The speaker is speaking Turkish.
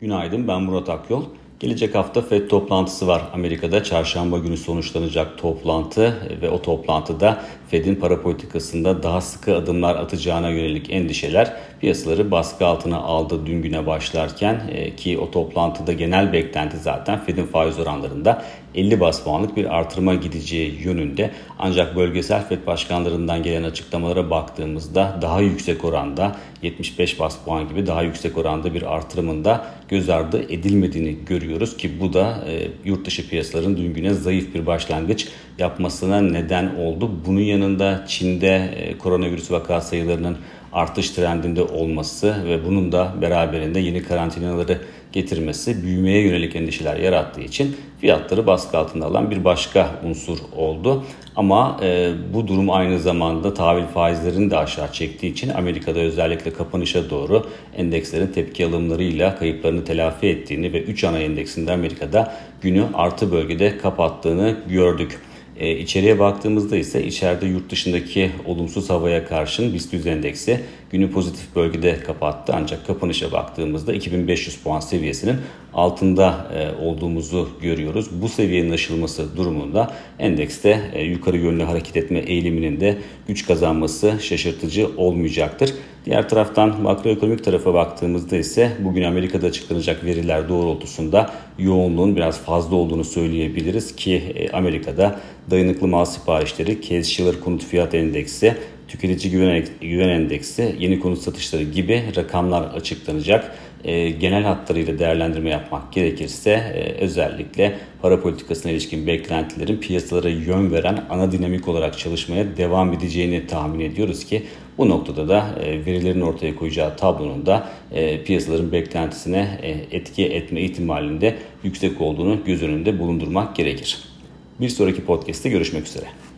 Günaydın, ben Murat Akyol. Gelecek hafta FED toplantısı var Amerika'da. Çarşamba günü sonuçlanacak toplantı ve o toplantıda FED'in para politikasında daha sıkı adımlar atacağına yönelik endişeler piyasaları baskı altına aldı dün güne başlarken ki o toplantıda genel beklenti zaten FED'in faiz oranlarında 50 bas puanlık bir artırıma gideceği yönünde. Ancak bölgesel FED başkanlarından gelen açıklamalara baktığımızda daha yüksek oranda 75 bas puan gibi daha yüksek oranda bir artırımında göz ardı edilmediğini görüyoruz ki bu da yurt dışı piyasaların dün güne zayıf bir başlangıç yapmasına neden oldu. Bunun yanında Çin'de koronavirüs vaka sayılarının artış trendinde olması ve bunun da beraberinde yeni karantinaları getirmesi büyümeye yönelik endişeler yarattığı için fiyatları baskı altında alan bir başka unsur oldu. Ama bu durum aynı zamanda tahvil faizlerini de aşağı çektiği için Amerika'da özellikle kapanışa doğru endekslerin tepki alımlarıyla kayıplarını telafi ettiğini ve 3 ana endeksinde Amerika'da günü artı bölgede kapattığını gördük. İçeriye baktığımızda ise içeride yurt dışındaki olumsuz havaya karşın BIST 100 endeksi günü pozitif bölgede kapattı. Ancak kapanışa baktığımızda 2500 puan seviyesinin altında olduğumuzu görüyoruz. Bu seviyenin aşılması durumunda endekste yukarı yönlü hareket etme eğiliminin de güç kazanması şaşırtıcı olmayacaktır. Diğer taraftan makroekonomik tarafa baktığımızda ise bugün Amerika'da açıklanacak veriler doğrultusunda yoğunluğun biraz fazla olduğunu söyleyebiliriz ki Amerika'da dayanıklı mal siparişleri, Case-Shiller konut fiyat endeksi, tüketici güven endeksi, yeni konut satışları gibi rakamlar açıklanacak. Genel hatlarıyla değerlendirme yapmak gerekirse özellikle para politikasına ilişkin beklentilerin piyasalara yön veren ana dinamik olarak çalışmaya devam edeceğini tahmin ediyoruz ki bu noktada da verilerin ortaya koyacağı tablonun da piyasaların beklentisine etki etme ihtimalinde yüksek olduğunu göz önünde bulundurmak gerekir. Bir sonraki podcast'te görüşmek üzere.